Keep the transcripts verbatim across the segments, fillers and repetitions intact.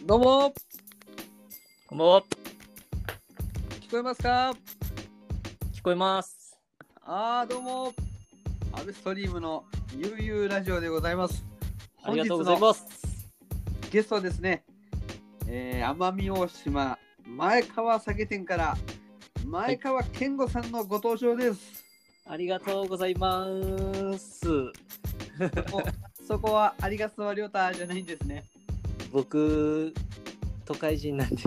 どうもこんばんは。 聞こえますか？ 聞こえます。 あーどうもアベストリームのゆうゆうラジオでございます。 ありがとうございます。 ゲストはですね、えー、奄美大島前川酒店から前川健吾さんのご登場です。 ありがとうございます。 そこ、そこはありがとうりょうたじゃないんですね。 僕都会人なんで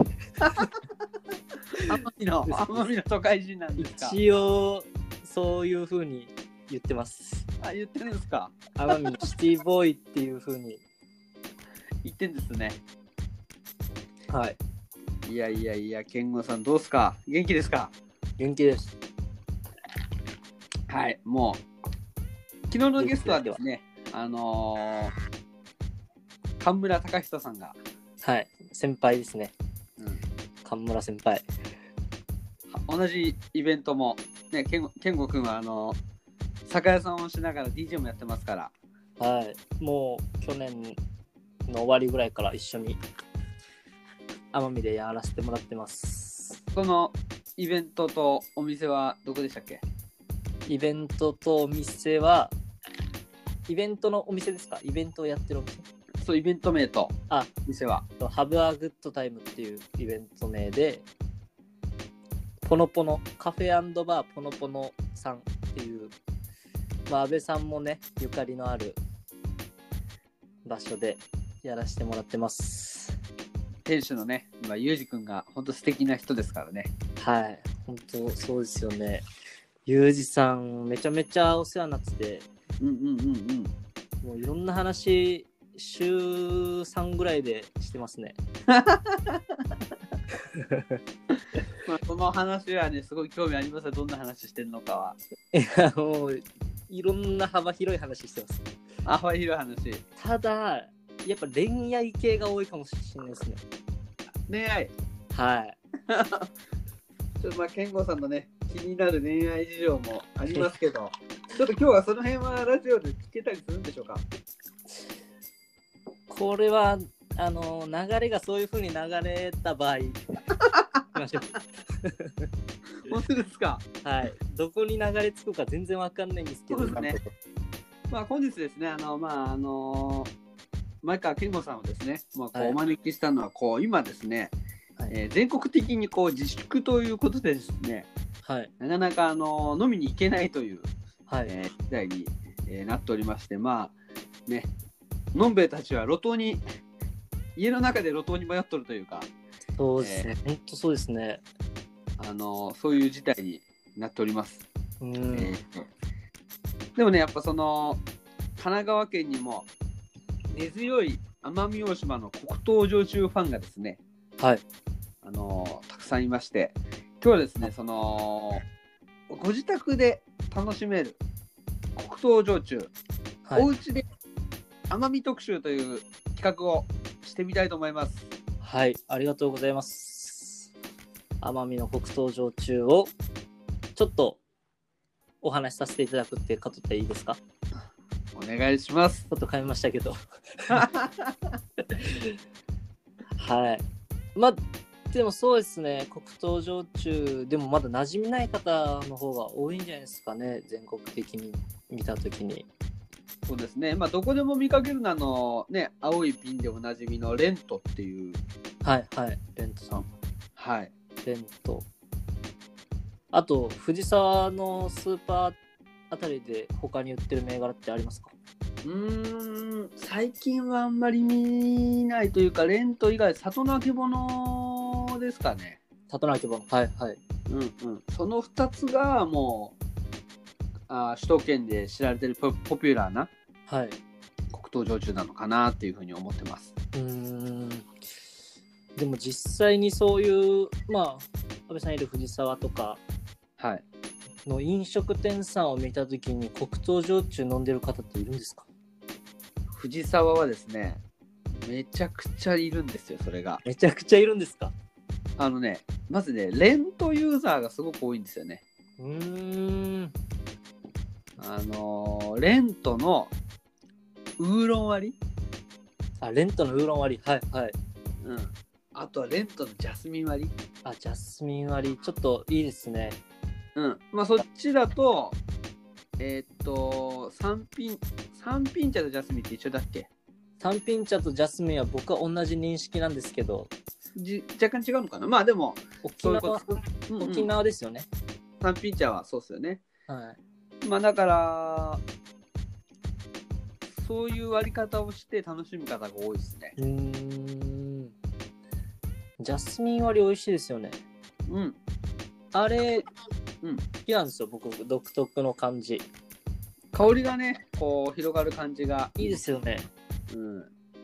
奄美の奄美の都会人なんですか？ 一応そういう風に言ってます。 あ、言ってるんですか？ 奄美のシティボーイっていう風に言ってんですね。 はい。 いやいやいや、健吾さんどうすか？元気ですか？ 元気です。 はい、もう昨日のゲストはですね、あのー、神村隆人さんが、 はい、先輩ですね。 うん、 神村先輩。 同じイベントもね、健吾くんはあのー、酒屋さんをしながら ディージェー もやってますから、 はい、もう去年の終わりぐらいから一緒に奄美でやらせてもらってます。 そのイベントとお店はどこでしたっけ？ イベントとお店は、イベントのお店ですか？イベントをやってるお店？ そう、イベント名とあ、 店はハブアグッドタイムっていうイベント名で、ポノポノカフェ&バーポノポノさんっていう、まあ安倍さんもねゆかりのある場所でやらせてもらってます。 店主のね、今ゆうじくんが本当素敵な人ですからね。 はい、本当そうですよね。ゆうじさんめちゃめちゃお世話になってて、 うんうんうんうん。 もういろんな話週さんぐらいでしてますね。 まあ、その話はね、すごい興味ありますよ。どんな話してるのかは。 いやもういろんな幅広い話してます。 あ、幅広い話。 ただやっぱ恋愛系が多いかもしれないですね。 恋愛。 はい。 ちょっとまあ健吾さんのね、気になる恋愛事情もありますけど、ちょっと今日はその辺はラジオで聞けたりするんでしょうか？ これはあの流れがそういう風に流れた場合行きましょう。 本当ですか？ はい。どこに流れ着くか全然わかんないんですけど。 そうですね。まあ本日ですね、あのまああの前川健吾さんをですね、まあ、こうお招きしたのはこう、はい、今ですね、はい、えー、全国的にこう自粛ということでですね、はい、なかなかあの飲みに行けないという、はい、えー、時代に、えー、なっておりまして、まあね、のんべえたちは路頭に家の中で路頭に迷っとるというか、 そうですね、えー、本当そうですね。 あのそういう事態になっております。 うん、 えー、でもね、やっぱその神奈川県にも根強い奄美大島の黒糖焼酎ファンがですね、 はい、 あのたくさんいまして、今日はですね、そのご自宅で楽しめる黒糖焼酎、はい、おうちで奄美特集という企画をしてみたいと思います。 はい、ありがとうございます。奄美の黒糖焼酎をちょっとお話しさせていただくってことでいいですか？ お願いします。 ちょっと変えましたけどはい。まあでもそうですね、黒糖焼酎でもまだ馴染みない方の方が多いんじゃないですかね、全国的に見たときに。 そうですね、まあどこでも見かけるのあのね、青い瓶でおなじみのレントっていう、 はいはい、レントさん、 はい、 レント。あと藤沢のスーパーあたりで他に売ってる銘柄ってありますか？ うーん、最近はあんまり見ないというか、レント以外里のあけぼのですかね。 里のあけぼの、はいはい。 うんうん。そのふたつがもうあ首都圏で知られてる ポ, ポピュラーな、はい、黒糖焼酎なのかなっていうふうに思ってます。 うーん。でも実際にそういうまあ安倍さんいる藤沢とかはいの飲食店さんを見たときに黒糖焼酎飲んでる方っているんですか？ 藤沢はですね、めちゃくちゃいるんですよ。それがめちゃくちゃいるんですか？ あのね、まずね、レントユーザーがすごく多いんですよね。 うーん、 あのー、レントのウーロン割り、 あ、レントのウーロン割り、はいはい。 うん。あとはレントのジャスミン割り。 あ、ジャスミン割り、ちょっといいですね。 うん。まあそっちだと、えーっと、三品、三品茶とジャスミンって一緒だっけ？ 三品茶とジャスミンは僕は同じ認識なんですけど、 じ若干違うのかな。まあでも、 沖そういうこ縄、 と。うんうん、 沖縄ですよね。 三品茶はそうですよね。 はまあだから、そういう割り方をして楽しむ方が多いですね。 い。うーん。ジャスミン割り美味しいですよね。 うん。 あれ、 うん。 好きなんですよ、僕、独特の感じ。 香りがね、こう広がる感じがいいですよね。 うん。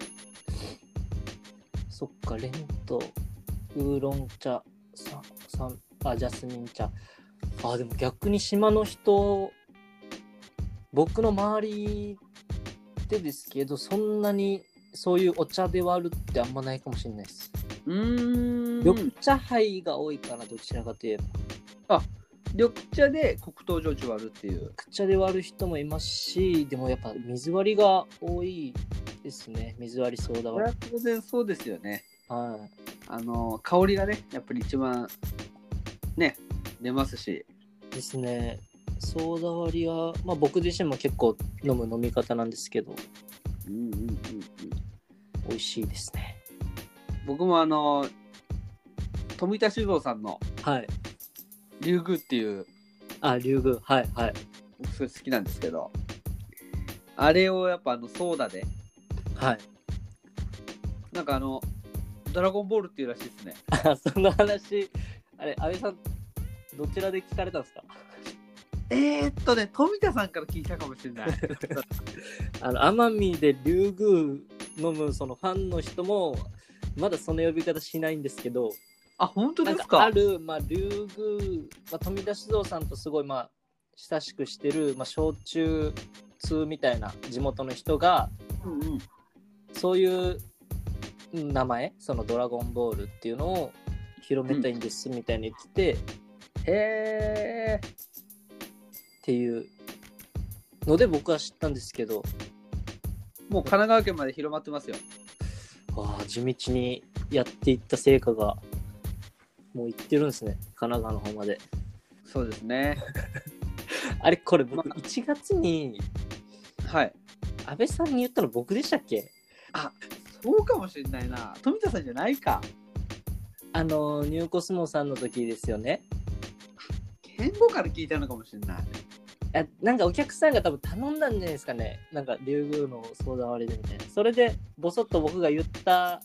そっか、レント、ウーロン茶、ささんあ、ジャスミン茶。あ、でも逆に島の人、僕の周りでですけど、そんなにそういうお茶で割るってあんまないかもしれないです。 うーん。 緑茶杯が多いかな、どちらかといえば。 あ、緑茶で黒糖焼酎割るっていう。 緑茶で割る人もいますし、でもやっぱ水割りが多いですね。水割り、ソーダこれ割は当然そうですよね。 り。はあの香りがね、やっぱり一番ね出ますし。 い。ですね。ソーダ割りは、まあ僕自身も結構飲む飲み方なんですけど、 うんうんうんうん。 美味しいですね。 僕もあの富田酒造さんのはい。 龍宮っていうあ、竜宮。はいはい。 僕すごい好きなんですけど、あれをやっぱあのソーダではい。 なんかあのドラゴンボールっていうらしいですね。 あ、その話、あれ、安倍さん、どちらで聞かれたんですか？ えーっとね、富田さんから聞いたかもしれない。 あの、奄美で竜宮飲むそのファンの人も、まだその呼び方しないんですけど、 あ、本当なんですか？ かある、まあ、竜宮、まあ、富田酒造さんとすごい、まあ、親しくしてる、まあ、焼酎通みたいな地元の人が、 うんうん。 そういう名前、そのドラゴンボールっていうのを広めたいんですみたいに言ってて、 へー。 っていうので僕は知ったんですけど、 もう神奈川県まで広まってますよ。 ああ、地道にやっていった成果がもういってるんですね、神奈川の方まで。 そうですね。 あれ、これ僕まいちがつにはい。 安倍さんに言ったの僕でしたっけ？ あ、そうかもしれないな。富田さんじゃないか。 あのニューコスモさんの時ですよね。 健吾から聞いたのかもしれない。 あ、なんかお客さんが多分頼んだんじゃないですかね。なんか竜宮のソーダ割りでみたいな。それでボソッと僕が言った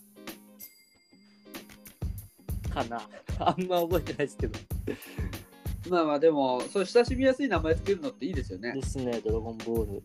かな。あんま覚えてないですけど。 まあまあでも、そう親しみやすい名前つけるのっていいですよね。 ですね、ドラゴンボール。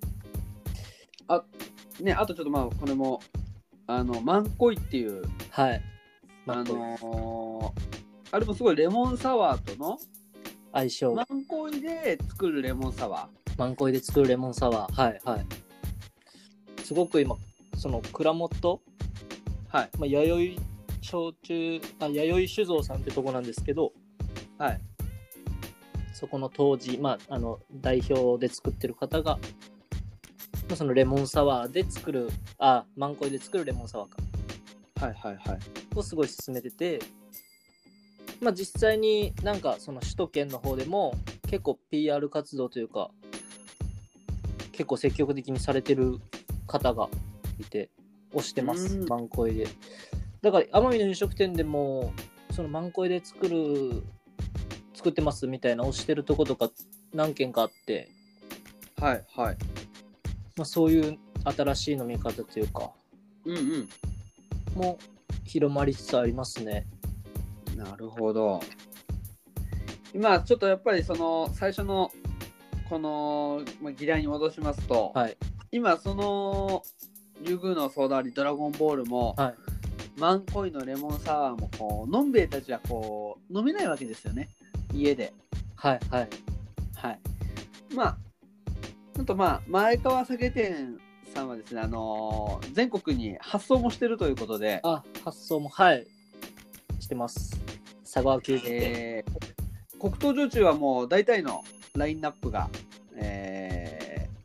ね、あとちょっとまあこれもあのマンコイっていうはい。 あのー、あれもすごいレモンサワーとの相性。 マンコイで作るレモンサワー。 マンコイで作るレモンサワー。はいはい。すごく今、その蔵元、 はい。 まあ、弥生焼酎、あ、弥生酒造さんってとこなんですけど、 はい。 そこの当時、まあ、あの代表で作ってる方が、まあ、そのレモンサワーで作る、あ、マンコイで作るレモンサワーか。 はいはいはい。 をすごい進めてて、まあ実際になんかその首都圏の方でも結構 ピーアール 活動というか、結構積極的にされてる方がいて、推してます、マンコイで。だから奄美の飲食店でも、そのマンコイで作る、作ってますみたいな推してるとことか何軒かあって、 はいはい。 まあそういう新しい飲み方というか、 うんうん。 も広まりつつありますね。 なるほど。今ちょっとやっぱりその最初のこの議題に戻しますと、 はい、 今その竜宮のソーダ割りドラゴンボールも、 はい、 マンコイのレモンサワーもこうのんべえたちはこう飲めないわけですよね、家で。 はいはいはい。まああとまあ前川酒店さんはですね、あのー、全国に発送もしてるということで、 あ、発送もはいしてます。佐川急便で、 えー、黒糖焼酎はもう大体のラインナップが、えー、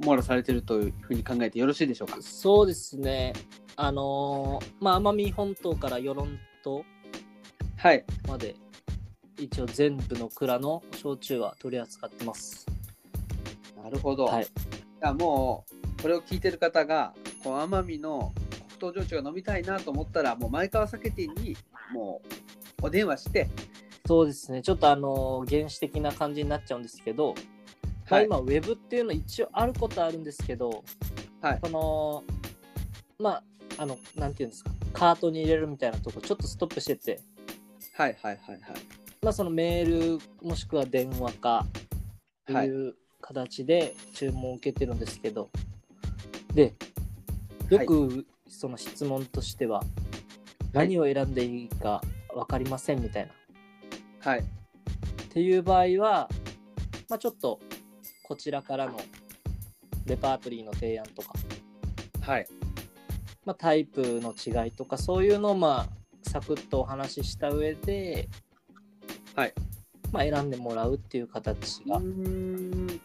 網羅されているというふうに考えてよろしいでしょうか。 そうですね。あのー、まあ奄美本島から与論島はいまで一応全部の蔵の焼酎は取り扱ってます。 なるほど、 はい、 じゃあもうこれを聞いてる方がこう奄美の黒糖焼酎が飲みたいなと思ったらもう前川酒店にもうお電話して。 そうですね。ちょっとあのー、原始的な感じになっちゃうんですけど、まあ、今ウェブっていうの一応あることあるんですけど、 はい、 このまああのなんていうんですか、カートに入れるみたいなとこちょっとストップしてて、 はいはいはいはい、 まあそのメールもしくは電話かっていう形で注文を受けてるんですけど、でよくその質問としては、はい、何を選んでいいか分かりませんみたいな、 はい、 っていう場合は、まあ、ちょっとこちらからのレパートリーの提案とか、 はい、 まあ、タイプの違いとかそういうのをまあサクッとお話しした上で、 はい、 まあ、選んでもらうっていう形がうーん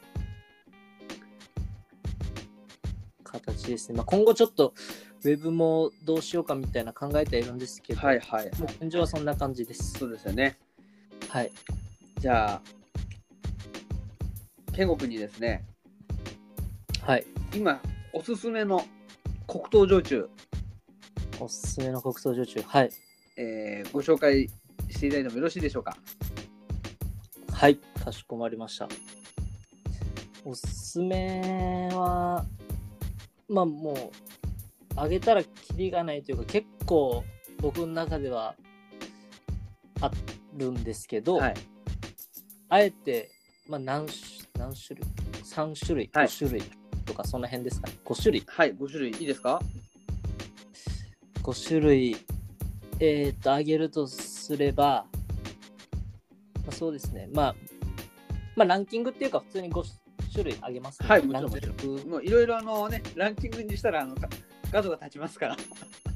形ですね。まあ、今後ちょっとウェブもどうしようかみたいな考えているんですけど、 はいはい、 もう現状はそんな感じです。 そうですよね。 はい。 じゃあ健吾君にですね、 はい、 今おすすめの黒糖焼酎、 おすすめの黒糖焼酎、はい、 えー、ご紹介していただいてもよろしいでしょうか。 はい、かしこまりました。おすすめはまあもうあげたらキリがないというか、結構僕の中ではあるんですけど、はい、あえて、まあ、何, 何種類さん種類、はい、ご種類とかその辺ですかね。ご種類、 はい、ご種類いいですか。 ご種類えっとあげるとすれば、まあ、そうですね、まあ、まあランキングっていうか普通にご種類あげますね。 はい、もちろんもちろん。もういろいろあのね、ランキングにしたらあの角が立ちますから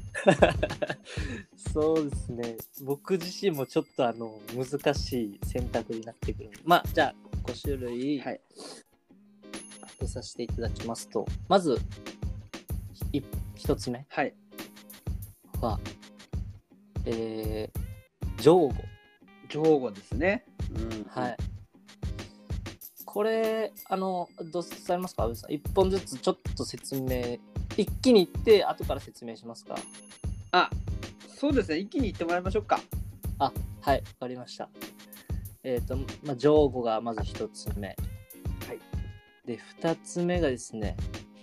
そうですね、僕自身もちょっとあの難しい選択になってくる。まあじゃあご種類当てさせていただきますと、まずひとつめは、はい、えー、上後上後ですね、うん、 はい。これあのどうされますか、阿部さん。いっぽんずつちょっと説明、一気に言って後から説明しますか。 あ、そうですね、一気に言ってもらいましょうか。 あ、はい、わかりました。えっと、まあ、上後がまずひとつめ、はい、でふたつめがですね、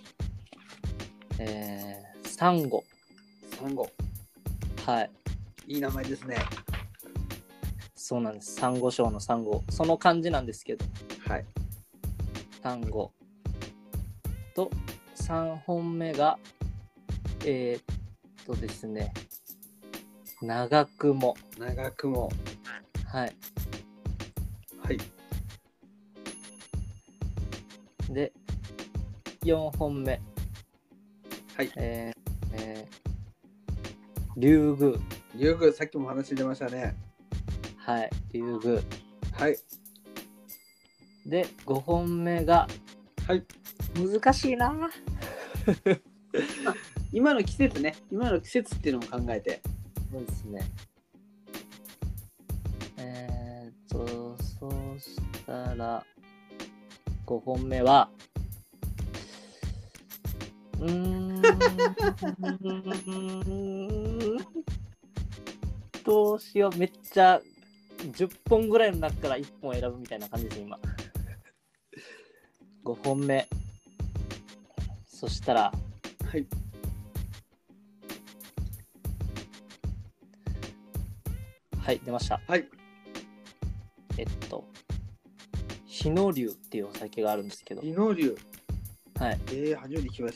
えー、サンゴ。 サンゴ、 はい、 いい名前ですね。 そうなんです、サンゴ礁のサンゴ、その漢字なんですけど、 はい、 サンゴとさんほんめがえー、っとですね、長雲。 長雲、 はい、 はい。 でよんほんめ、 はい、 えーえー、竜宮。 竜宮、さっきも話出ましたね。 はい、竜宮。 はい。 でごほんめが、 はい、 難しいな今の季節ね、今の季節っていうのも考えて。 そうですね。えー、っとそうしたらごほんめはうーんどうしよう、めっちゃじゅっぽんぐらいの中からいっぽん選ぶみたいな感じです今ごほんめ、そしたら、 はい、 はい、出ました。 はい、 えっと日野龍っていうお酒があるんですけど、 日野龍、 はい、 えー、初めて聞きました。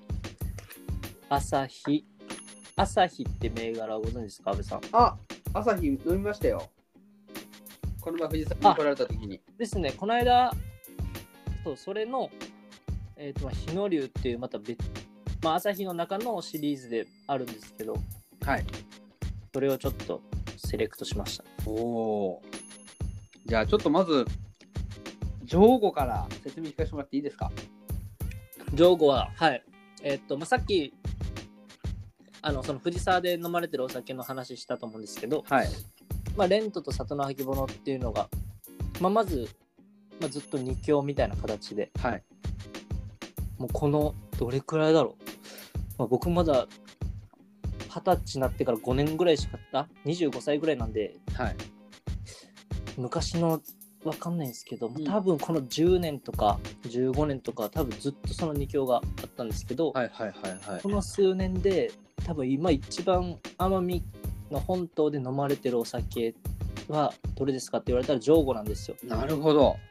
朝日、朝日って銘柄をご存知ですか、阿部さん。 あ、朝日飲みましたよ。この前藤沢に来られた時に。 ですね、この間、そう、それの、えーと、日野龍っていうまた別、まあ、朝日の中のシリーズであるんですけど、 はい。 それをちょっとセレクトしました。 おお。じゃあちょっとまず、上後から説明聞かせてもらっていいですか。 ジョーゴは、はい。えーっと、まあ、さっき、あの、その藤沢で飲まれてるお酒の話したと思うんですけど、 はい。 まあ、レントと里の履物っていうのが、まあ、まず、まあ、ずっと二強みたいな形で、 はい。 もうこの、どれくらいだろう。まあ、僕まだ、二十歳になってからごねんぐらいしか、あ、にじゅうごさいぐらいなんで、 はい。 昔の、わかんないんですけど、 うん多分このじゅうねんとかじゅうごねんとか多分ずっとその二強があったんですけど、 はいはいはいはいこ。の数年で多分今一番奄美の本島で飲まれてるお酒はどれですかって言われたらジョーゴなんですよ。 なるほど。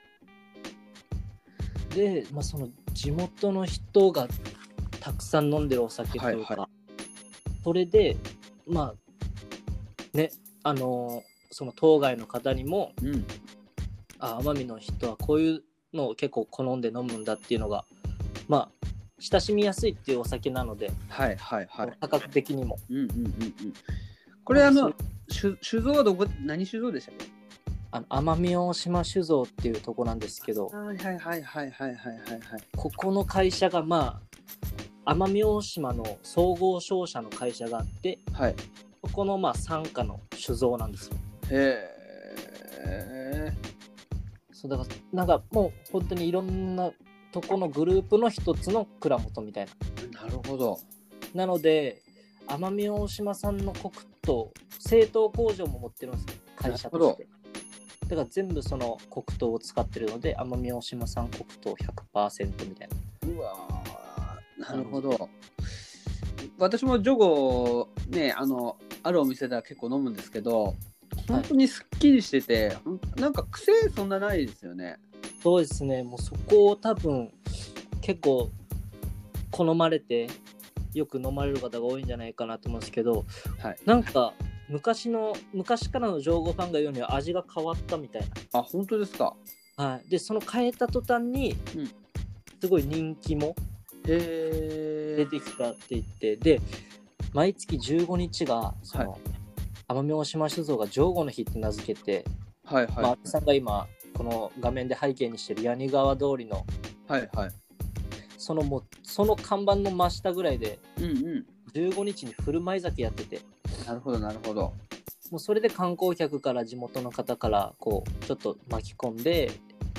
で、まあ、その地元の人がたくさん飲んでるお酒というか、 はいはそれでまあね、あのーその当該の方にも、 うん。 あ、奄美の人はこういうのを結構好んで飲むんだっていうのが、まあ親しみやすいっていうお酒なので、 はいはいはい。 価格的にも。 うんうんうんうん。これあのなんか酒酒造はどこ何酒造でしたっけ？ あの奄美大島酒造っていうとこなんですけど、 はいはいはいはいはいはいはいはい。 ここの会社がまあ奄美大島の総合商社の会社があって、 はい。 ここのまあ傘下の酒造なんですよ。 へえ。 そうだからなんかもう本当にいろんなとこのグループの一つの蔵元みたいな。 なるほど。 なので奄美大島産の黒糖製糖工場も持ってるんですよ、会社として。だから全部その黒糖を使ってるので奄美大島産黒糖 ひゃくパーセント みたいな。 うわー、なるほど。私もジョゴね、あのあるお店では結構飲むんですけど、本当にすっきりしてて、ほんなんか癖そんなないですよね。 そうですね、もうそこを多分結構好まれてよく飲まれる方が多いんじゃないかなと思うんですけど、 はい。 なんか昔の昔からのジョーゴファンが言うには味が変わったみたいあ、本当ですか。 な。はい。でその変えた途端に、 うん、 すごい人気もへ出てきたって言って、で毎月じゅうごにちがその、 はい、 奄美大島酒造がジョーゴの日って名付けて、 はいはい、 まあ、安倍さんが今この画面で背景にしてる八木川通りのはいはい、 そのもうその看板の真下ぐらいでうんうん、 じゅうごにちに振る舞い酒やってて、 なるほどなるほど。 もうそれで観光客から地元の方からこうちょっと巻き込んで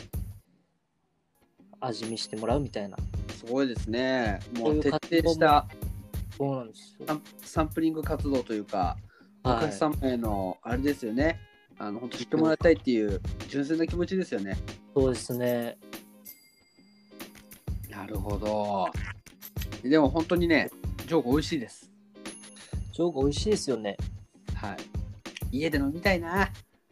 味見してもらうみたいな。 すごいですね。もそういうう徹活動も底したそうなんですよ。 サンサンプリング活動というか、おはい客様へのあれですよね。あの本当知ってもらいたいっていう純粋な気持ちですよね。 そうですね。 なるほど。でも本当にね、ジョーゴ美味しいです。 ジョーゴ美味しいですよね。 はい。家で飲みたいな。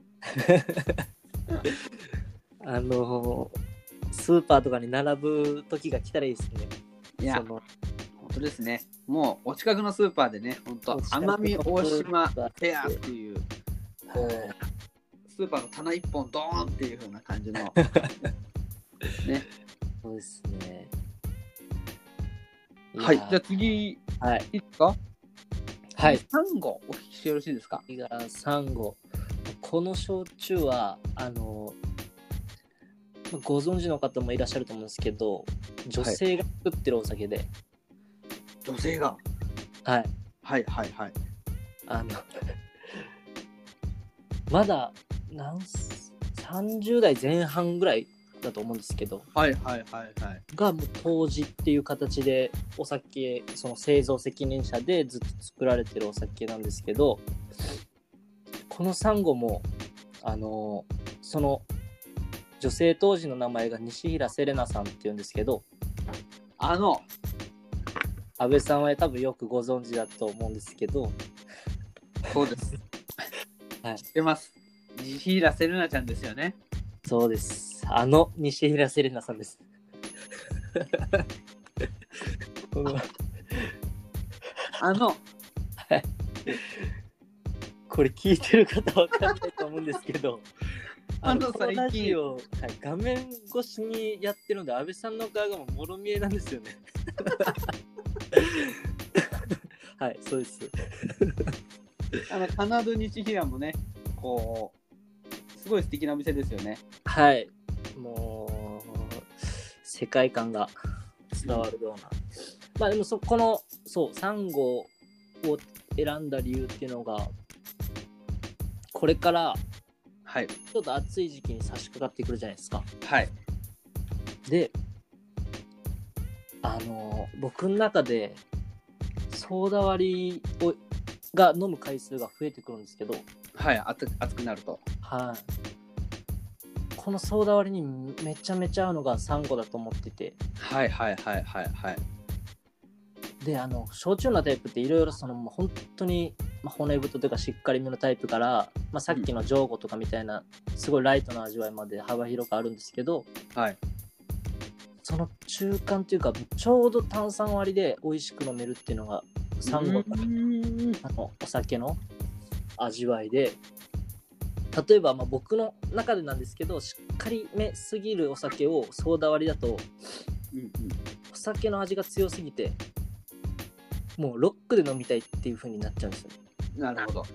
あのスーパーとかに並ぶ時が来たらいいですね。 いや、 その本当ですね。もうお近くのスーパーでね、本当奄美大島フェアっていう、こうスーパーの棚一本ドーンっていう風な感じのね。 そうですね。 はい。じゃあ次、 はい。 いいですか？ はい。 サンゴお聞きしてよろしいですか？ 次がサンゴ。この焼酎はあのご存知の方もいらっしゃると思うんですけど、女性が作ってるお酒で、はい、 女性が、 はい、 はいはいはい。 あのまだなんさんじゅうだいぜん半ぐらいだと思うんですけど、 はいはいはいはい。 がもう杜氏っていう形でお酒、その製造責任者でずっと作られてるお酒なんですけど、このサンゴもあのその女性当時の名前が西平セレナさんっていうんですけど、 あの安倍さんは多分よくご存知だと思うんですけど、 そうです。 はい、 知ってます。西平セレナちゃんですよね。 そうです。あの西平セレナさんです。 あの、 はい、これ聞いてる方わかんないと思うんですけど、あの最近ラジオ、はい、画面越しにやってるので安倍さんの顔がもうもろ見えなんですよね。はい、そうです。 あのカナド西平もね、こうすごい素敵なお店ですよね。 はい、もう世界観が伝わるような、うん、まあでもそこのそうサンゴを選んだ理由っていうのが、これからはいちょっと暑い時期に差し掛かってくるじゃないですか。 はい。 で、あの僕の中でソーダ割りをが飲む回数が増えてくるんですけど、 はい、暑暑くなると。 はい。このソーダ割りにめちゃめちゃ合うのがサンゴだと思ってて。 はいはいはいはいはい。 で、あの焼酎のタイプっていろいろそのもう本当に、まあ、骨太というかしっかりめのタイプから、まあ、さっきのジョーゴとかみたいな、うん、すごいライトな味わいまで幅広くあるんですけど、 はい。 その中間というかちょうど炭酸割りで美味しく飲めるっていうのがサンゴのあのお酒の味わいで、例えばまあ僕の中でなんですけど、しっかりめすぎるお酒をソーダ割りだと、うんうん、お酒の味が強すぎてもうロックで飲みたいっていう風になっちゃうんですよね。 なるほど。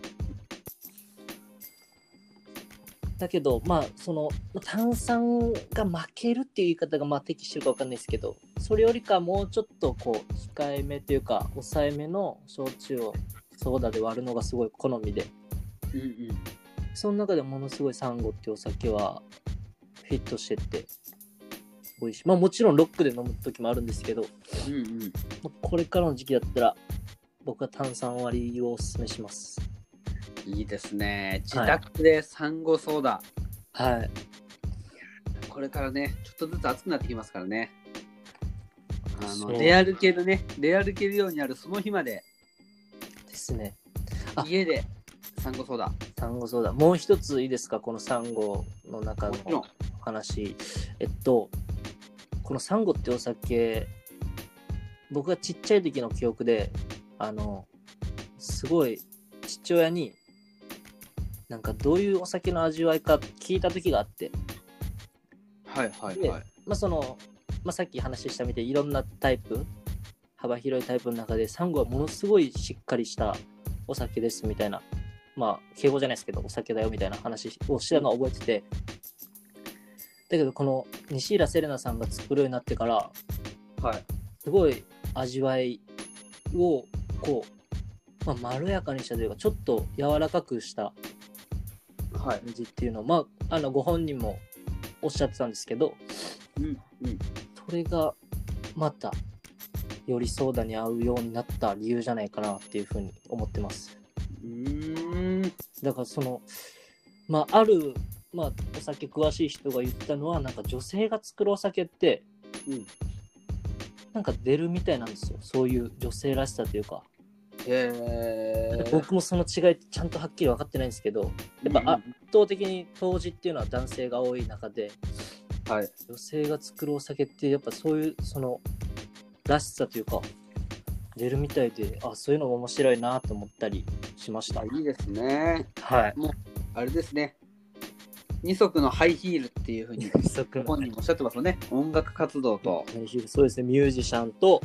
だけどまあその炭酸が負けるっていう言い方がまあ適してるか分かんないですけど、それよりかもうちょっとこう控えめというか抑えめの焼酎をソーダで割るのがすごい好みで、うんうん、その中でものすごいサンゴっていうお酒はフィットしてって美味しい。まあもちろんロックで飲む時もあるんですけど、うんうん、これからの時期だったら僕は炭酸割りをおすすめします。 いいですね。自宅でサンゴソーダ。 はい。 これからね、ちょっとずつ暑くなってきますからね。あの出歩けるね、出歩けるようになるその日まで。 ですね。 家でサンゴソーダ。 サンゴソーダ。もう一ついいですか、このサンゴの中の話。えっと、このサンゴってお酒、僕がちっちゃい時の記憶で、あの、すごい父親に、なんかどういうお酒の味わいか聞いた時があって、 はいはいはい。 まあその、まあ、さっき話したみたいにいろんなタイプ、幅広いタイプの中でサンゴはものすごいしっかりしたお酒ですみたいな、まあ敬語じゃないですけどお酒だよみたいな話をしてたのを覚えてて、だけどこの西浦セレナさんが作るようになってから、はい、すごい味わいをこう、まあ、まろやかにしたというかちょっと柔らかくした感じっていうのを、まあ、あのご本人もおっしゃってたんですけど、うんうん、それがまたよりソーダに合うようになった理由じゃないかなっていうふうに思ってます。うーん、だからそのまあある、まあ、お酒詳しい人が言ったのは、なんか女性が作るお酒って、うん、なんか出るみたいなんですよ、そういう女性らしさというか。へー。僕もその違いちゃんとはっきり分かってないんですけど、やっぱ圧倒的に杜氏っていうのは男性が多い中で、はい、女性が作るお酒ってやっぱそういうそのらしさというか出るみたいで、あ、そういうのも面白いなと思ったりしました。 いいですね。 はい。 もうあれですね。二足のハイヒールっていう風に本人もおっしゃってますよね。音楽活動と。 ハイヒール、そうですね。ミュージシャンと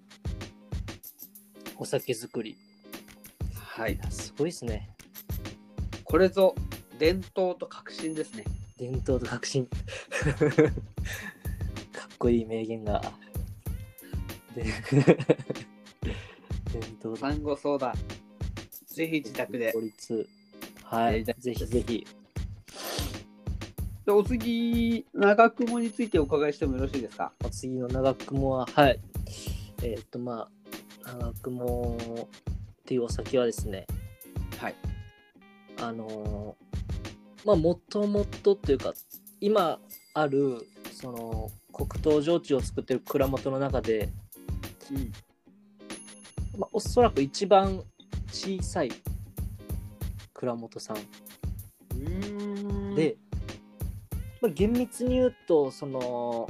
お酒作り。 はい。 すごいですね。 これぞ伝統と革新ですね。 伝統と革新。かっこいい名言が。で伝統。 サンゴソーダ。ぜひ自宅で。 はい。ぜひぜひ。 でお次、長雲についてお伺いしてもよろしいですか？ お次の長雲は、はい。えっと、まあ、長雲っていうお酒はですね、はい。あのー、まあ、もともとっていうか、今ある、その、黒糖焼酎を作ってる蔵元の中で、うん。まあ、おそらく一番小さい蔵元さん。うーん。で、厳密に言うと、その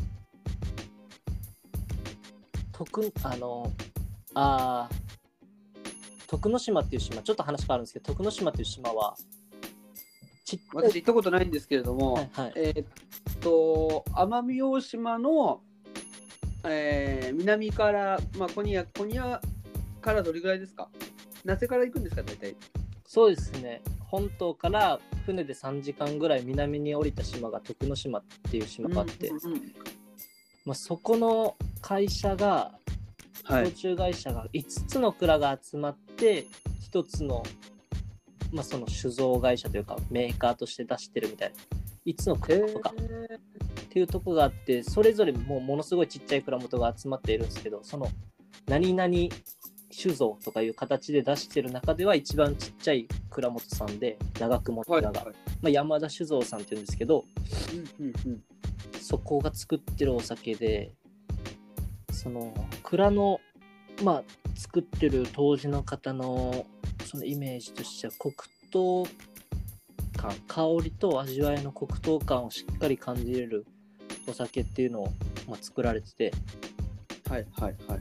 徳あのあ徳之島っていう島、ちょっと話変わるんですけど、徳之島っていう島はち私行ったことないんですけれども、はいはい、えー、っと奄美大島の、えー、南から、まあ、コニアコニアからどれぐらいですか？那瀬から行くんですか大体？ そうですね。本島から船でさんじかんぐらい南に降りた島が徳之島っていう島があって、うんうんうん、まあ、そこの会社が、 はい焼酎会社がいつつの蔵が集まってひとつの、まあ、その酒造会社というかメーカーとして出してるみたいないつつの蔵とかっていうとこがあって、それぞれもうものすごいちっちゃい蔵元が集まっているんですけど、その何々酒造とかいう形で出してる中では一番ちっちゃい蔵元さんで、長雲蔵が、 はいはい、 まあ、山田酒造さんっていうんですけど、 うんうんうん、 そこが作ってるお酒で、その蔵のまあ作ってる当時の方のそのイメージとしては黒糖感、香りと味わいの黒糖感をしっかり感じれるお酒っていうのを、まあ、作られてて、 はいはいはい、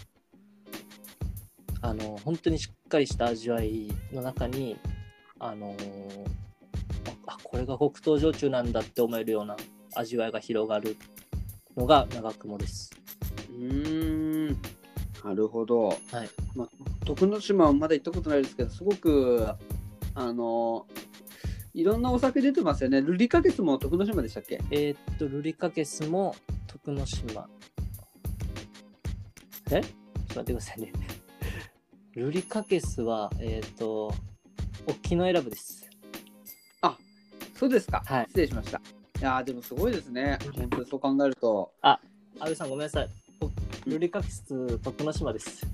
あの本当にしっかりした味わいの中に、あのー、あこれが黒糖焼酎なんだって思えるような味わいが広がるのが長雲です。 うーん、なるほど、 はい、 まあ、徳之島はまだ行ったことないですけど、すごくあのいろんなお酒出てますよね。ルリカケスも徳之島でしたっけ？ えー、っとルリカケスも徳之島、えちょっと待ってくださいねルリカケスはえー、っと沖永良部です。 あ、そうですか、 はい、 失礼しました。いやでもすごいですね、本当にそう考えると。 あ、安部さんごめんなさい、ルリカケス徳之島です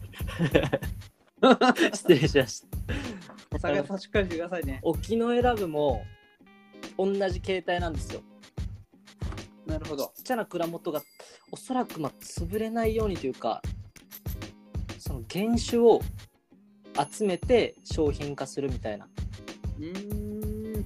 失礼しました。 お酒差しっかりしてくださいね。 沖永良部も同じ形態なんですよ。 なるほど。 ちっちゃな蔵元がおそらくまあ潰れないようにというか、その原酒を集めて商品化するみたいな。 うーん、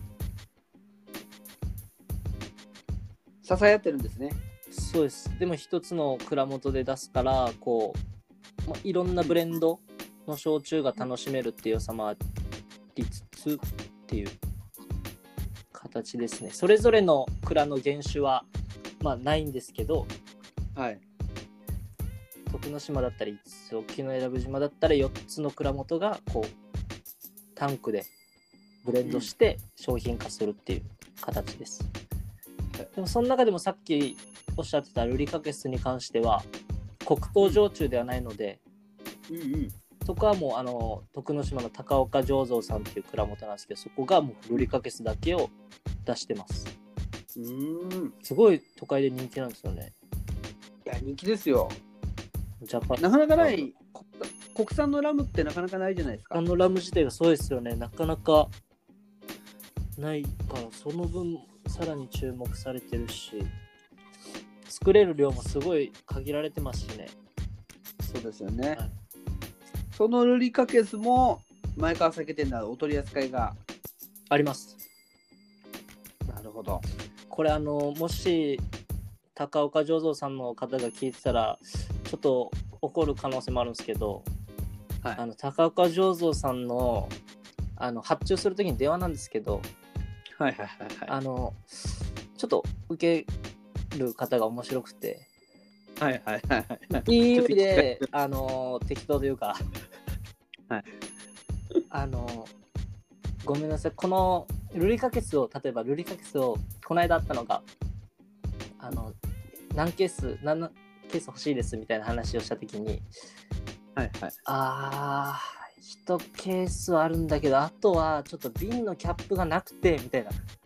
支え合ってるんですね。 そうです。でも一つの蔵元で出すからこう、まあ、いろんなブレンドの焼酎が楽しめるっていう良さもありつつっていう形ですね。それぞれの蔵の原酒はまあないんですけど、 はい、 徳之島だったり沖永良部島だったらよっつの蔵元がこうタンクでブレンドして商品化するっていう形です、うん、でもその中でもさっきおっしゃってたルリカケスに関しては黒糖焼酎ではないので、 うんうん、 そこはもうあの徳之島の高岡醸造さんっていう蔵元なんですけど、そこがもうルリカケスだけを出してます。 うーん、 すごい都会で人気なんですよね。 いや人気ですよ。 ジャパンなかなかない国産のラムってなかなかないじゃないですか。 あのラム自体がそうですよね。なかなかないからその分さらに注目されてるし、作れる量もすごい限られてますしね。 そうですよね、はい、そのルリカケスも前川酒店ではお取り扱いがあります。 なるほど。 これあのもし高岡醸造さんの方が聞いてたらちょっと怒る可能性もあるんですけど、はい、あの高岡醸造さんのあの発注するときに電話なんですけど、 はいはいはいはい、 あのちょっと受ける方が面白くて、 はいはいはいはい、 いい意味であの適当というか、 はい、 あのごめんなさい、このルリカケスを例えばルリカケスをこの間あったのがあの何ケース何ケース欲しいですみたいな話をしたときに、 はいはい、 あーいちケースはあるんだけどあとはちょっと瓶のキャップがなくてみたいな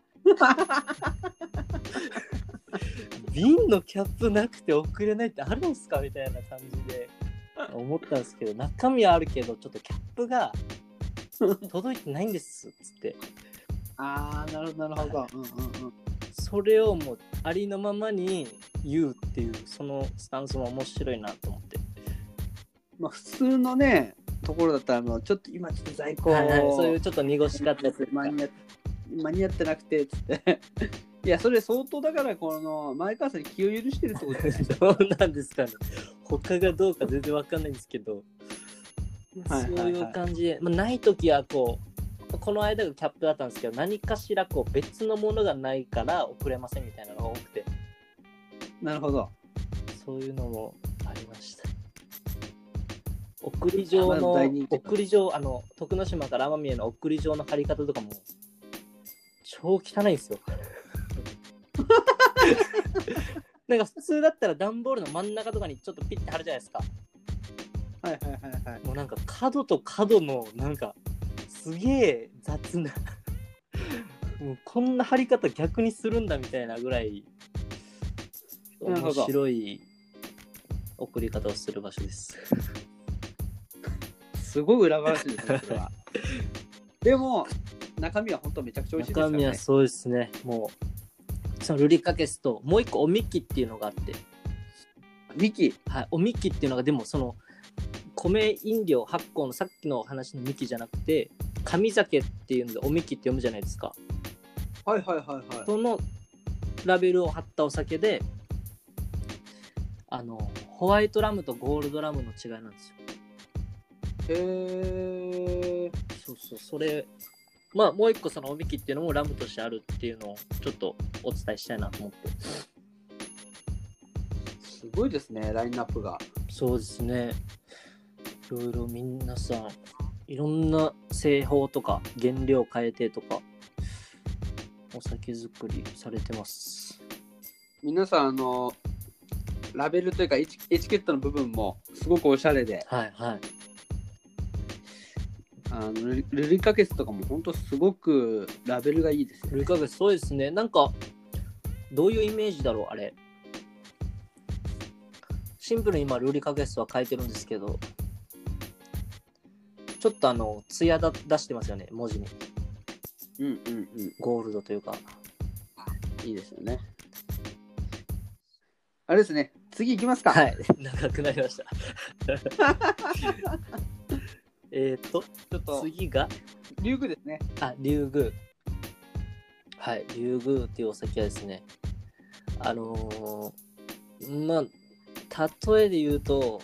瓶のキャップなくて送れないってあるんすかみたいな感じで思ったんですけど、中身はあるけどちょっとキャップが届いてないんですっつってあーなるほどなるほど、はい、うんうんうん、 それをもうありのままに言うっていうそのスタンスも面白いなと思って、 まあ、普通のねところだったらもうちょっと今ちょっと在庫、 はいはい、そういうちょっと濁し方する間に合間に合ってなくてっつっていやそれ相当だからこの前川さんに気を許してるってことですねどうなんですかね、他がどうか全然わかんないんですけど、はいはいはい、そういう感じで、まあ、ないときはこうこの間がキャップだったんですけど何かしらこう別のものがないから送れませんみたいなのが多くて、 なるほど、 そういうのもありました。送り状の送り状あの徳之島から奄美への送り状の貼り方とかも超汚いんですよなんか普通だったら段ボールの真ん中とかにちょっとピッて貼るじゃないですか。 はいはいはいはい。 もうなんか角と角のなんかすげえ雑なもうこんな貼り方逆にするんだみたいなぐらい面白い送り方をする場所です。 すごい裏話ですね、それは。でも中身は本当めちゃくちゃ美味しいですからね。 中身はそうですね。もうそのルリカケスともう一個おみきっていうのがあって、 ミキ、 はい、おみきっていうのがでもその米飲料発酵のさっきの話のみきじゃなくて神酒っていうのでおみきって読むじゃないですか。 はいはいはいはい。 そのラベルを貼ったお酒で、あのホワイトラムとゴールドラムの違いなんですよ。 へえ。 そうそう、それまあもう一個そのおみきっていうのもラムとしてあるっていうのをちょっとお伝えしたいなと思って。 すごいですね、ラインナップが。 そうですね。いろいろ皆さんいろんな製法とか原料変えてとかお酒作りされてます。 皆さんあのラベルというかエチ、エチケットの部分もすごくおしゃれで、 はいはい。 あのルリ、ルリカケスとかも本当すごくラベルがいいですよね。 ルリカケスそうですね。なんかどういうイメージだろうあれ。シンプルに今ルリカケスは書いてるんですけど、ちょっとあのツヤだ出してますよね、文字に。 うんうんうん。 ゴールドというか。 いいですよね。あれですね。次行きますか。 はい。長くなりました。えっと、 ちょっと次が竜宮ですね。 あ、竜宮。はい、竜宮っていうお酒はですね、あのー、まあ、例えで言うと、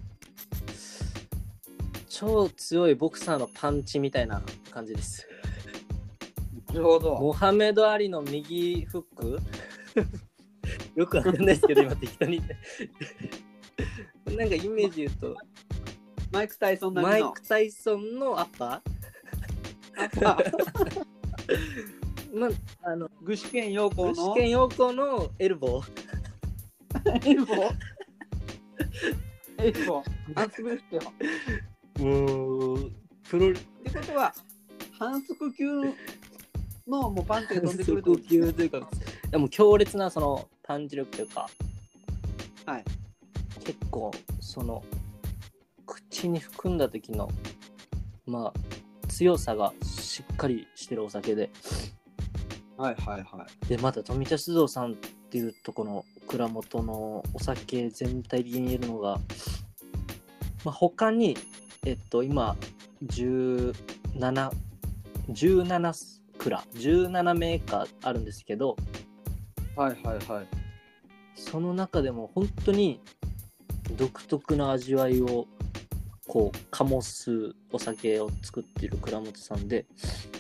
超強いボクサーのパンチみたいな感じです。 なるほど。 モハメド・アリの右フックよくわかんないですけど、今適当に言って。なんかイメージ言うと、 マイク・タイソン並みの。 マイク・タイソンのアッパーアッパーまあ、あの具志堅用高の具志堅用高のエルボーエルボーエルボー反則ですよ。 もうプロってことは反則級のもうパンチが飛んでくる反則級というか、でも強烈なそのパンチ力というか、 はい、 結構その口に含んだ時のまあ強さがしっかりしてるお酒で、 はいはいはい。 でまた富田酒造さんっていうとこの蔵元のお酒全体的に言えるのが、まあ、他にえっと今じゅうなな、じゅうなな蔵じゅうななメーカーあるんですけど、 はいはいはい。 その中でも本当に独特な味わいをこう醸すお酒を作っている蔵元さんで、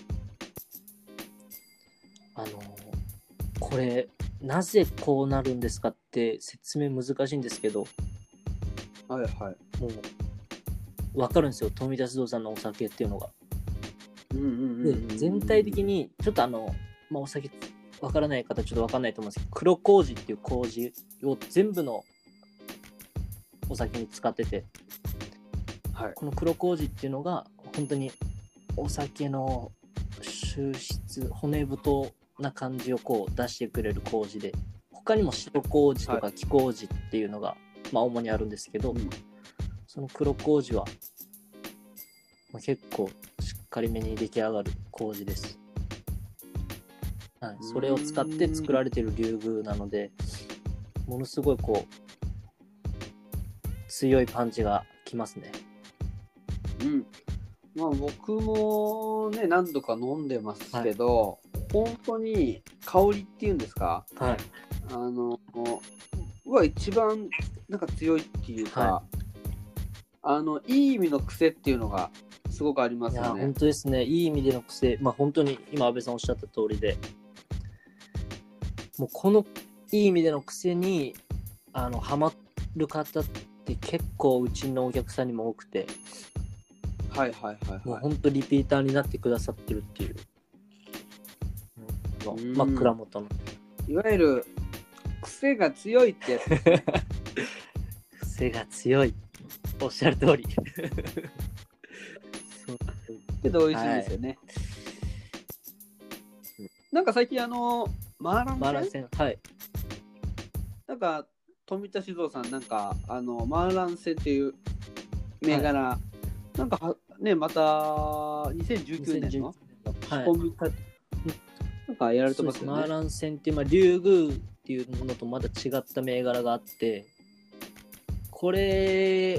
あのこれなぜこうなるんですかって説明難しいんですけど、 はいはい。 もう分かるんですよ、富田酒造さんのお酒っていうのが。 うんうんうんうんうん、 で全体的にちょっとあの、まあ、お酒分からない方ちょっと分かんないと思うんですけど、黒麹っていう麹を全部のお酒に使ってて、 はい、 この黒麹っていうのが本当にお酒の抽出骨太な感じをこう出してくれる麹で、他にも白麹とか黄麹っていうのが、はい、まあ主にあるんですけど、うん、その黒麹は、まあ、結構しっかりめに出来上がる麹です、はい、それを使って作られている竜宮なので、ものすごいこう強いパンチがきますね。 うん、まあ僕もね何度か飲んでますけど、はい、本当に香りっていうんですか、 はい、 あのは一番なんか強いっていうか、はい、あのいい意味の癖っていうのがすごくありますよね。 いや本当ですね、いい意味での癖、まあ本当に今安倍さんおっしゃった通りで、もうこのいい意味での癖にあのハマる方って結構うちのお客さんにも多くて、 はいはいはい、はい、 もう本当リピーターになってくださってるっていう、うん、まあ蔵元のいわゆる癖が強いってやつですね。 癖が強い。おっしゃる通り。そうけど美味しいんですよね。はい、なんか最近あのマーラン戦マーラン戦、はい。 なんか富田酒造さんなんかあのマーラン戦っていう銘柄、はい、なんかはねまたにせんじゅうきゅうねんの仕込みか、はい、なんかやられてますよね。 マーラン戦って今竜宮っていうのとまた違った銘柄があって、これ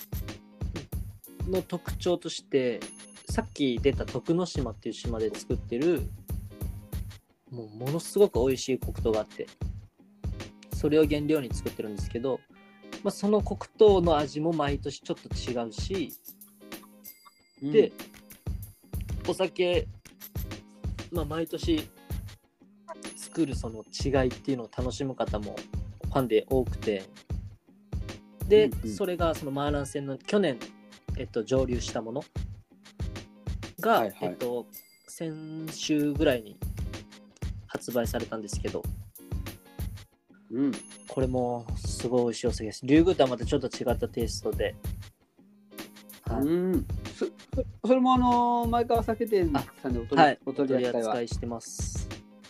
の特徴としてさっき出た徳之島っていう島で作ってるもうものすごく美味しい黒糖があって、それを原料に作ってるんですけど、まあ、その黒糖の味も毎年ちょっと違うし、うん、でお酒、まあ、毎年作るその違いっていうのを楽しむ方もファンで多くて、で、うんうん、それがそのマーラン戦の去年、えっと、蒸留したものが、はいはい、えっと、先週ぐらいに発売されたんですけど、うん、これもすごい美味しいお酒です。竜宮とはまたちょっと違ったテイストで、 はい、うんそ, それもあの前川酒店さんでお取り、はい、お取り扱いしてます。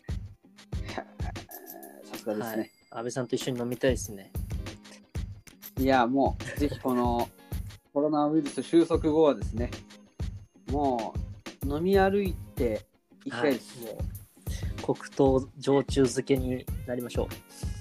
さすがですね、はい、 安倍さんと一緒に飲みたいですね。 いやもうぜひこのコロナウイルス収束後はですね、もう飲み歩いていきたいです、はい、もう黒糖焼酎漬けになりましょ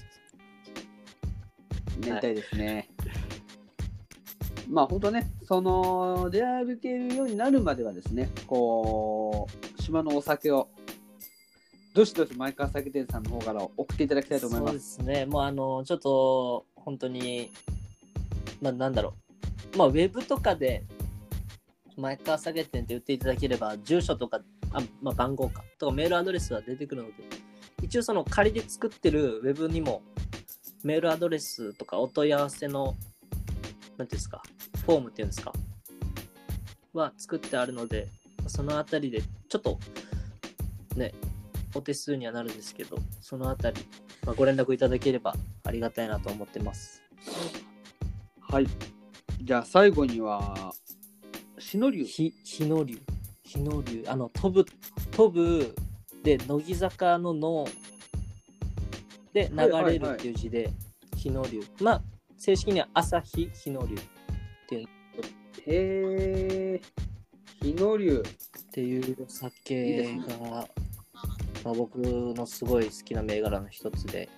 う。なりたいですね。はい、まあ本当ね、その出歩けるようになるまではですね、こう島のお酒をどしどし前川酒店さんの方から送っていただきたいと思います。 そうですね。もうあのちょっと本当にまあなんだろう、まあウェブとかで前川酒店って言っていただければ住所とかあ、まあ、番号かとかメールアドレスは出てくるので、一応その仮で作ってるウェブにもメールアドレスとかお問い合わせのなんていうんですかフォームっていうんですかは作ってあるので、そのあたりでちょっとねお手数にはなるんですけど、そのあたり、まあ、ご連絡いただければありがたいなと思ってます。 はい。じゃあ最後には日の龍日の龍日の龍あの飛ぶ飛ぶで乃木坂のので流れるっていう字で日の龍、まあ正式には朝日日の龍っていう。 へー、日の龍っていう酒がいい、ね、まあ、僕のすごい好きな銘柄の一つで、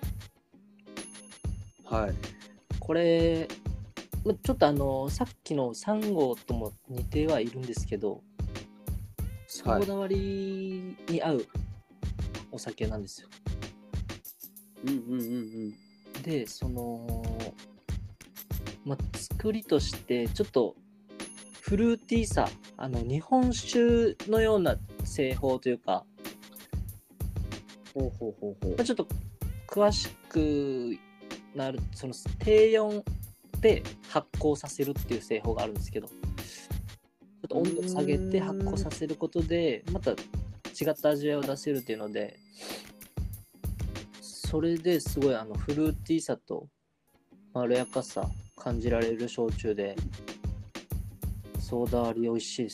はい、 これちょっとあのさっきのさん号とも似てはいるんですけど、ソーダ割りに合うお酒なんですよ。 うんうんうんうん。 でその、まあ、作りとしてちょっとフルーティーさ、あの日本酒のような製法というか、 ほうほうほうほう、 まあ、ちょっと詳しくなるその低温で発酵させるっていう製法があるんですけど、ちょっと温度下げて発酵させることでまた違った味わいを出せるっていうので、それですごいあのフルーティーさとまろやかさ感じられる焼酎で、ソーダ割り美味しいです。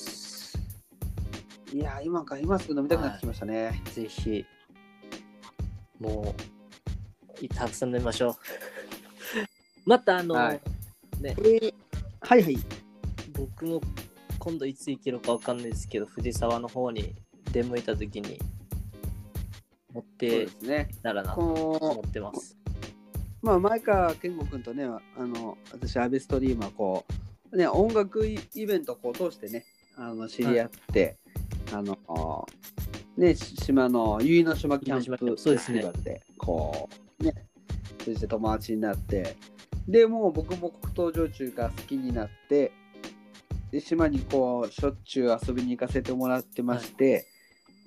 いや今から今すぐ飲みたくなってきましたね、はい、 ぜひもうたくさん飲みましょう。またあの、はいね、 えー、はいはい、 僕も今度いつ行けるか分かんないですけど、藤沢の方に出向いた時に持っていたらなと思ってます。 まあ前川健吾君とね、あの私アベストリームはこうね音楽イベントをこう通してねあの知り合って、はい、あのね島の結の島キャンプフェスティバルでこうねそして友達になって、でもう僕も黒糖焼酎が好きになって、で島にこうしょっちゅう遊びに行かせてもらってまして、はい、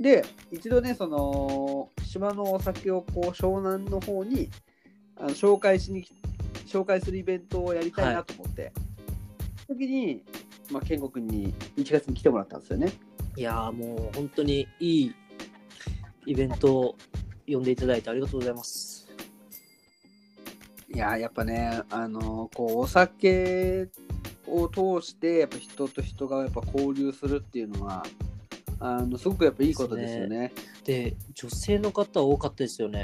で一度ねその島のお酒をこう湘南の方にあの紹介しに紹介するイベントをやりたいなと思って、はい、その時にまあ健吾君にいちがつに来てもらったんですよね。 いやーもう本当にいいイベントを呼んでいただいてありがとうございます。 いややっぱねあのこうお酒を通してやっぱ人と人がやっぱ交流するっていうのはあのすごくやっぱいいことですよね。 で、女性の方多かったですよね。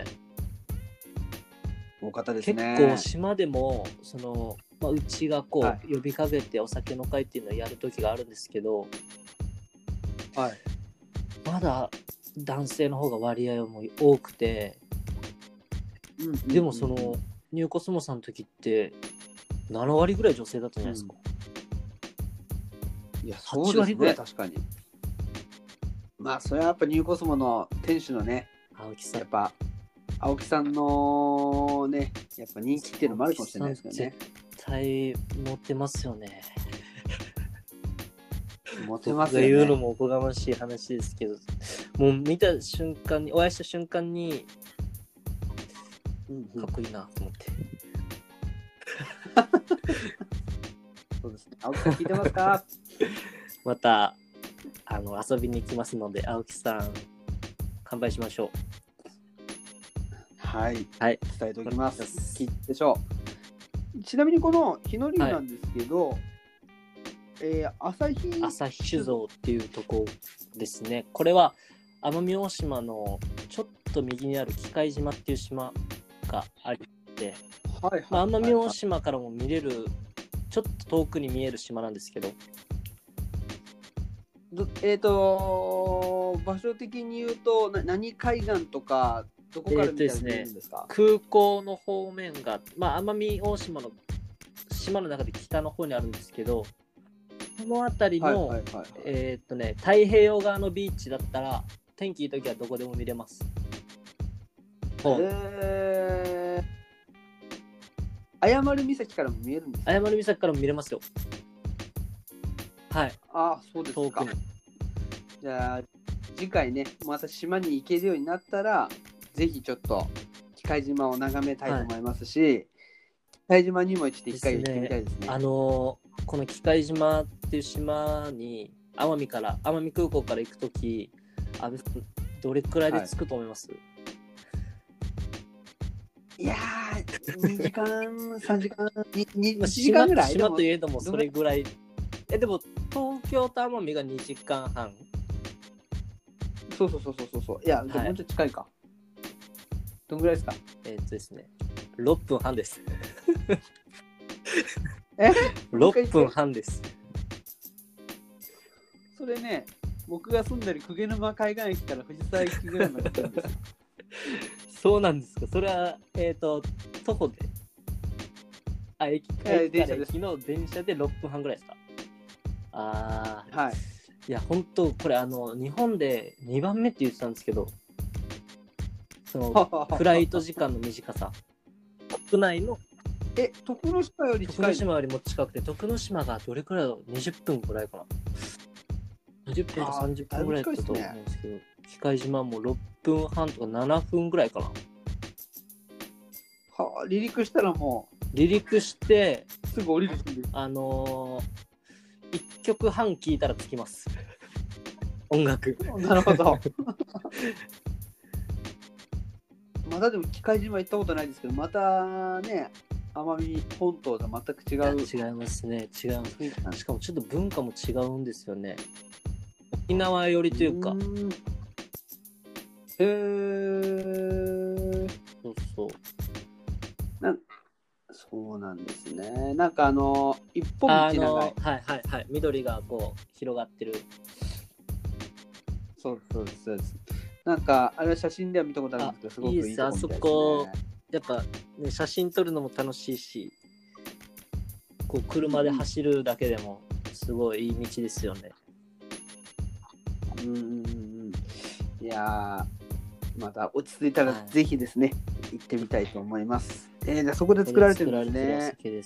多かったですね。 結構島でもその、まあ、うちがこう、 はい呼びかけてお酒の会っていうのをやる時があるんですけど、 はい。 まだ男性の方が割合も多くて、 うんうんうんうんでもそのニューコスモさんの時ってなな割ぐらい女性だったんじゃないですか。 うん、いやそうですね、 はち割ぐらい確かに。まあそれはやっぱニューコスモの店主のね青木さんやっぱ青木さんのねやっぱ人気っていうのもあるかもしれないですけどね。 絶対モテますよね。 モテますよね。 僕が言うのもおこがましい話ですけど、もう見た瞬間にお会いした瞬間にうんうんかっこいいなと思って。 そうですね。青木さん聞いてますか？ またあの遊びに行きますので、青木さん乾杯しましょう。 はい、 はい、 伝えておきます。 そうです聞いてでしょう。ちなみにこの日の龍なんですけど、えー、朝日朝日酒造っていうとこですね。これは奄美大島のちょっと右にある喜界島っていう島がありて、 はいはいまあ、奄美大はいはい、 島からも見れるちょっと遠くに見える島なんですけど、 どえっ、ー、と場所的に言うとな何海岸とかどこから見たら見えるんですか？ 空港の方面が、まあ、奄美大島の島の中で北の方にあるんですけど、この辺りの、 はいはいはいはい、 えーっとね、太平洋側のビーチだったら天気いい時はどこでも見れます。 えー、綾丸岬からも見えるんですか？ 綾丸岬からも見れますよ。はい。 あ、そうですか。 遠くに。 じゃあ次回ねまた島に行けるようになったらぜひちょっと喜界島を眺めたいと思いますし、はい、喜界島にも一度一回行ってみたいですね。 ですね。あのー、この喜界島っていう島に奄美から奄美空港から行くとき、あべどれくらいで着くと思います？はい、 いやーにじかんさんじかんいちじかんぐらい。 島といえどもそれぐらい。えでも東京と奄美がにじかんはん。 そうそうそうそうそう。いや、はい、もうちょっと近いか。どんぐらいですか？ えー、っとですね、ろっぷんはんです。 えろっぷんはんです。 それね、僕が住んでる鵠沼海岸駅から藤沢駅ぐらいまで来るんですよ。 そうなんですか。それは、えっ、ー、と、徒歩で。あ、駅から駅の電車でろっぷんはんぐらいですか。ああ、 はい。 いや、本当これ、あの、日本でにばんめって言ってたんですけど、その、フライト時間の短さ。国内の。 え、徳之島より近い？ 徳之島よりも近くて、徳之島がどれくらいだろう ?にじゅっぷんぐらいかな。にじゅっぷんかさんじゅっぷんぐらいだったと思うんですけど、喜界島もろっぷんはんとかななふんぐらいかな。 はあ、離陸したらもう離陸してすぐ降りるんです。 あのー、いっきょくはん聴いたら着きます。音楽。 なるほど。まだでも喜界島行ったことないですけど、またね、奄美本島とは全く違う。 違いますね。違います。しかもちょっと文化も違うんですよね。沖縄寄りというか。うへー。 そうそう。 なそうなんですね。なんかあの一本道長い。 はいはいはい。緑がこう広がってる。 そうそうそうです。なんかあれは写真では見たことあるんですけど、すごくいいとこみたいですね。 いいです。あそこやっぱね写真撮るのも楽しいし、こう車で走るだけでもすごいいい道ですよね。 うんうんうん。いやー、また落ち着いたらぜひですね、はい、行ってみたいと思います。えー、じゃあそこで作られてるんですね。 お酒です。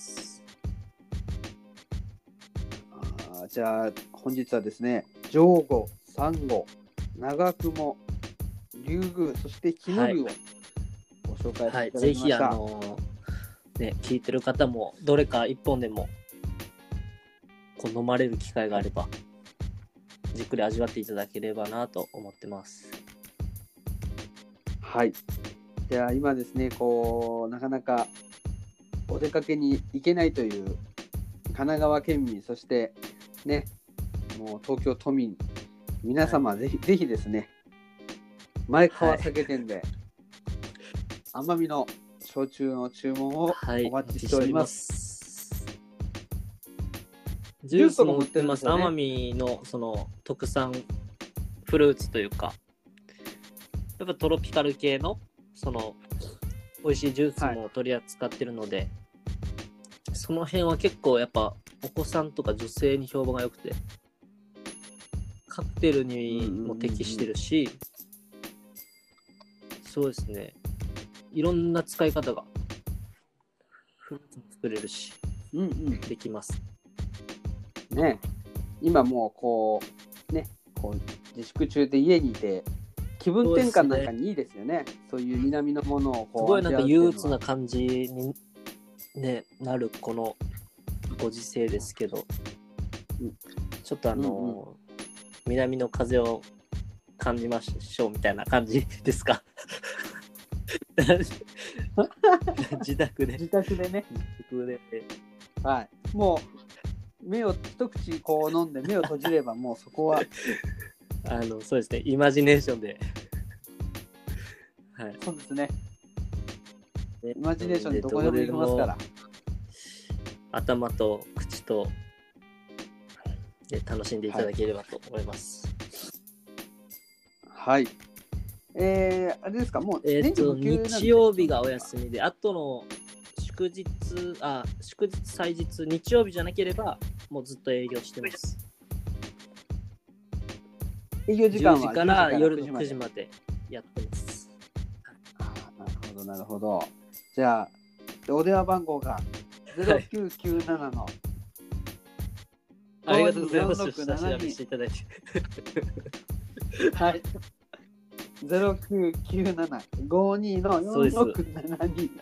あじゃあ本日はですね、上後、サンゴ、長雲、竜宮、そして日の竜をご紹介していただきました。はい、 ぜひあのー、ね聞いてる方もどれか一本でもこう飲まれる機会があればじっくり味わっていただければなと思ってます。 はい。では今ですね、こうなかなかお出かけに行けないという神奈川県民、そしてね、もう東京都民、皆様、はい、ぜひぜひですね、前川酒店で、はい、奄美の焼酎の注文をお待ちしております。 はい、ジュースも売ってます。奄美のその特産フルーツというか、やっぱトロピカル系のその美味しいジュースも取り扱ってるので、はい、その辺は結構やっぱお子さんとか女性に評判が良くて、カクテルにも適してるし、そうですね、いろんな使い方がフルーツも作れるし、うんうん、できますね。今もうこうね、こう自粛中で家にいて気分転換なんかにいいですよね。そういう南のものをこうすごいなんか憂鬱な感じに、ね、なるこのご時世ですけど、うん、ちょっとあの、うんうん、南の風を感じましょうみたいな感じですか。自宅で自宅でね、 自宅で、 はい、もう目を一口こう飲んで目を閉じればもうそこはあのそうですね、イマジネーションで、 はい、そうですね、イマジネーションでどこでも行きますから、 頭と口とで楽しんでいただければと思います。 はい、はい、えー、あれですか、もうえー、と日曜日がお休みで、あとの祝日、あ、祝日祭日、日曜日じゃなければもうずっと営業してます。 営業時間はじゅうじから夜のくじまでやってます。 あ、なるほどなるほど。じゃあお電話番号がゼロきゅうきゅうななの、 はい、ありがとうございます。下調べしていただいてはい、ゼロきゅうきゅうなな ごにのよんろくななに、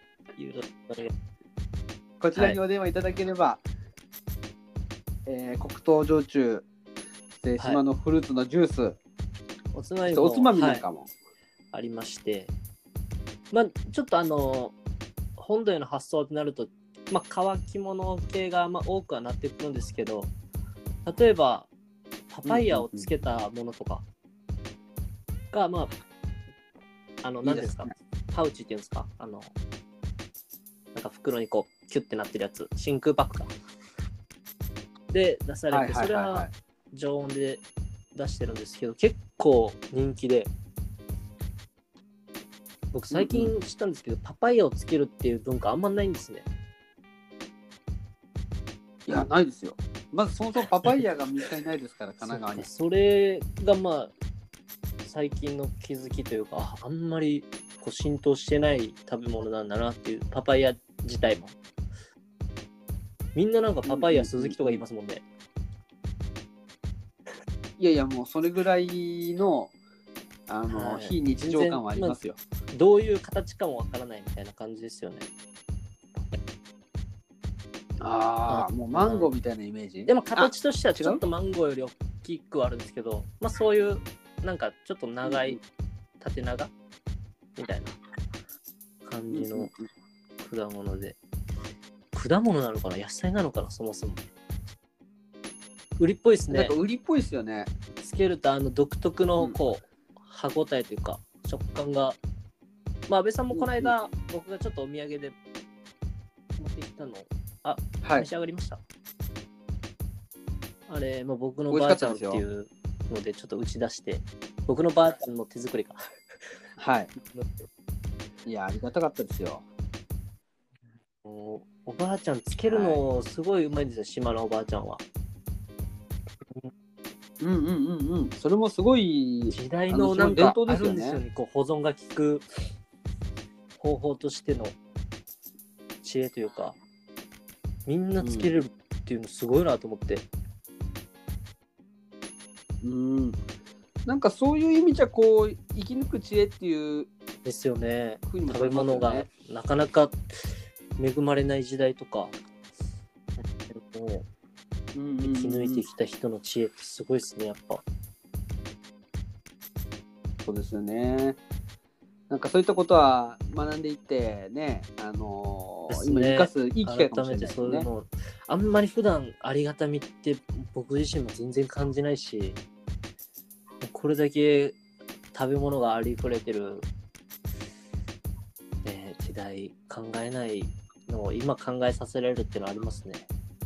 こちらにお電話いただければ、はい、えー、黒糖焼酎、島のフルーツのジュース、はい、 おつまみもおつまみなんかも、はい、 ありまして、まあちょっとあの本土への発送となると、まあ乾き物系がまあ多くはなってくるんですけど、例えばパパイヤをつけたものとかが、まああの何ですか、パウチっていうんですか、あのなんか袋にこうキュッてなってるやつ、真空パックかで出されて、はいはいはいはい、それは常温で出してるんですけど、結構人気で、僕最近知ったんですけど、うんうん、パパイヤをつけるっていう文化あんまないんですね。 いや、ないですよ。まずそもそもパパイヤが見つかりないですから神奈川に。 それがまあ最近の気づきというか、あんまりこう浸透してない食べ物なんだなっていう、パパイヤ自体も。みんななんかパパイヤ鈴木とか言いますもんね。 いやいや、もうそれぐらいのあの、はい、非日常感はありますよ。 まあ、どういう形かもわからないみたいな感じですよね。 ああ、もうマンゴーみたいなイメージ。 でも形としてはちょっとマンゴーより大きくはあるんですけど、まあそういうなんかちょっと長い、うん、縦長みたいな感じの果物で、果物なのかな、野菜なのかな、そもそも。売りっぽいですね。 なんか売りっぽいですよね。 つけるとあの独特のこう、うん、歯ごたえというか食感が、まあ安倍さんもこの間、うん、僕がちょっとお土産で持ってきたの、あ、はい、召し上がりました。あれ、まあ、僕のばあちゃんっていうのでちょっと打ち出して、僕のばあちゃんの手作りか。 はい。いや、ありがたかったですよ。 お, おばあちゃんつけるのすごいうまいんですよ、はい、島のおばあちゃんは。 うんうんうんうん。それもすごい時代のなんかあるんですよね。こう保存が効く方法としての知恵というか、みんなつけれるっていうのすごいなと思って。 うん。うん、なんかそういう意味じゃこう生き抜く知恵っていうですよね。食べ物がなかなか恵まれない時代とか、生き抜いてきた人の知恵ってすごいですね、やっぱ。 そうですよね。 なんかそういったことは学んでいってね、あのーですね今生かすいい機会かもしれないですね改めてそういう。のあんまり普段ありがたみって僕自身も全然感じないし、これだけ食べ物がありふれてる、ね、時代考えないのを今考えさせられるっていうのはありますね。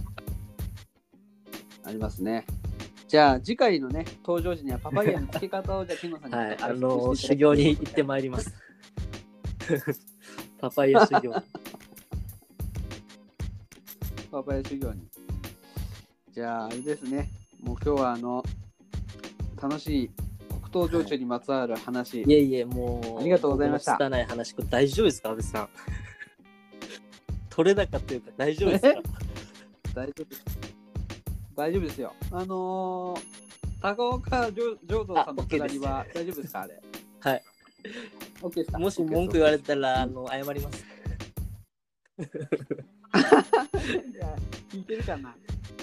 ありますね。じゃあ次回のね登場時にはパパイヤの付け方をじゃあケンゴさんにはい、あ解説のしていただき修行に行ってまいります。パパイヤ修行。 パパイヤ修行に。じゃああれですね。もう今日はあの楽しい黒糖焼酎にまつわる話、 いえいえ、もうありがとうございました。 僕の拙い話、これ大丈夫ですか、安部さん。取れ高というか大丈夫ですか。 大丈夫です。大丈夫ですよ。あのー、高岡浄土さんのくだりは大丈夫ですかあれ。 はい。 OK ですか。 もし文句言われたら、あの謝ります。 いや聞いてるかな。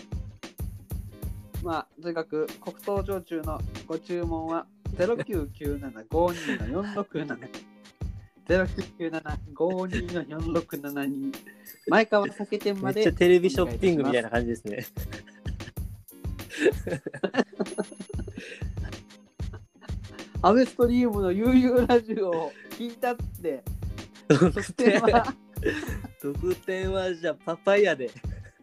まあとにかく黒糖焼酎のご注文はゼロきゅうきゅうななごにのよんろくなな ゼロきゅうきゅうななごにのよんろくななに前川酒店まで。 めっちゃテレビショッピングみたいな感じですね。 アメストリームの悠々ラジオを聞いたって特典は特典はじゃあパパイヤで。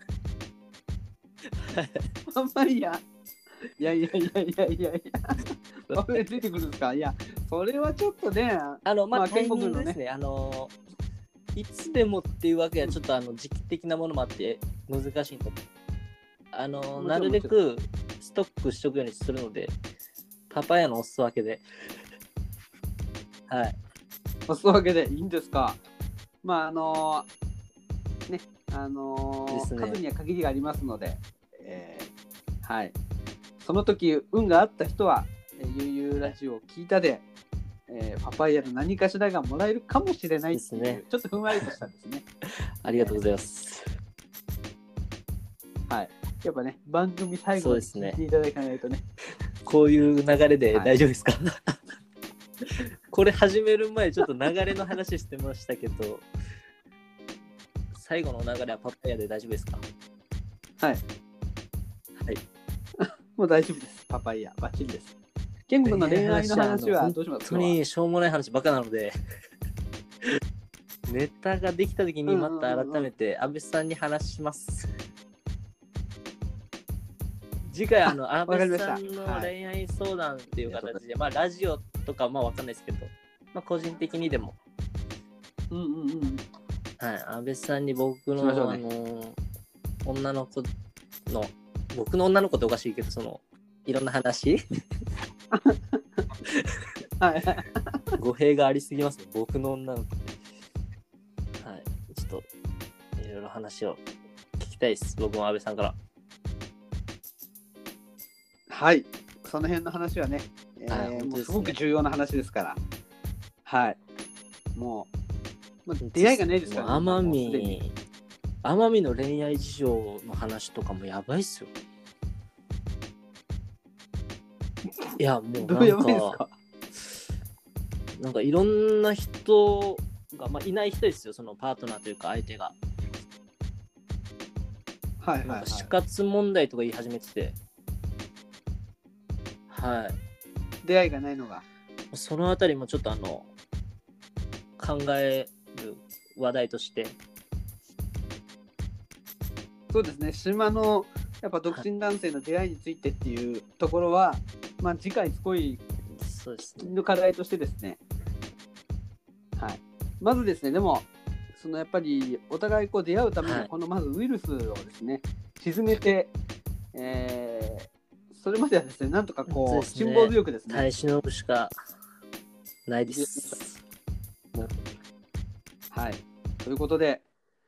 パパイヤいやいやいやいやいやいやパパイヤ出てくるんですか。いやそれはちょっとね、 あのまあ、 まあタイミング建国のねですね。あのいつでもっていうわけはちょっとあの時期的なものもあって難しいんで、あのもちろんなるべくストックしとくようにするので、パパイヤのおす分けで。はい。 おすわけでいいんですか。まああのー、ねあのーですね数には限りがありますので、えー、はい。その時運があった人は、えー、ゆうゆうラジオを聞いたで、えー、パパイヤの何かしらがもらえるかもしれないっていう、 ですね、 ちょっとふんわりとしたですね。 ありがとうございます。 はい。やっぱね番組最後まで聞いていただかないとね。 こういう流れで大丈夫ですか、はい、これ始める前ちょっと流れの話してましたけど、最後の流れはパパイヤで大丈夫ですか。 はい。 はい。 もう大丈夫です。パパイヤバッチリです。ケン君の恋愛の話はどうしますか。 本当にしょうもない話ばっかなのでネタができた時にまた改めて安部さんに話します。次回あの安部さんの恋愛相談っていう形で、はい、まあラジオとかまあわかんないですけど、まあ個人的にでも、 うんうんうん、 はい、安部さんに僕の、ね、あの女の子の僕の女の子っておかしいけど、そのいろんな話はい語弊がありすぎますね、僕の女の子。はい、ちょっといろいろ話を聞きたいです、僕も安部さんから。 はい、その辺の話はね、えーはい、 もうすごく重要な話ですから、はい、もう、まあ、出会いがないですから、ね、 奄美、奄美の恋愛事情の話とかもやばいっすよ。いや、もうなんか、 どうやばいですか？ なんかいろんな人が、まあ、いない人ですよ、そのパートナーというか相手が。 はいはい、はい、 なんか死活問題とか言い始めてて。はい。 出会いがないのが。 そのあたりもちょっとあの考える話題として。 そうですね。島のやっぱ独身男性の出会いについてっていうところは、はい、まあ次回すごいの課題としてですね。はい。まずですね、でもそのやっぱりお互いこう出会うためにこのまずウイルスをですね、沈めて、えーそれまではですね、なんとかこう、ね、辛抱強くですね。 耐え忍ぶしかないです。 はい。ということで、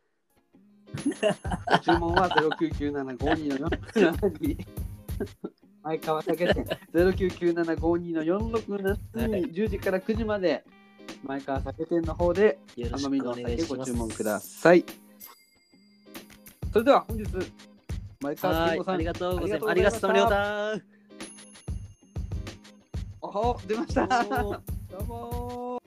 ご注文はゼロきゅうきゅうななごにのよんろくななに、前川酒店ゼロきゅうきゅうななごにのよんろくななに、じゅうじからくじまで、前川酒店の方で奄美のお酒ご注文ください。それでは本日、前川健吾さん、 ありがとうございます。ありがとうございました。 お、出ました。どうも。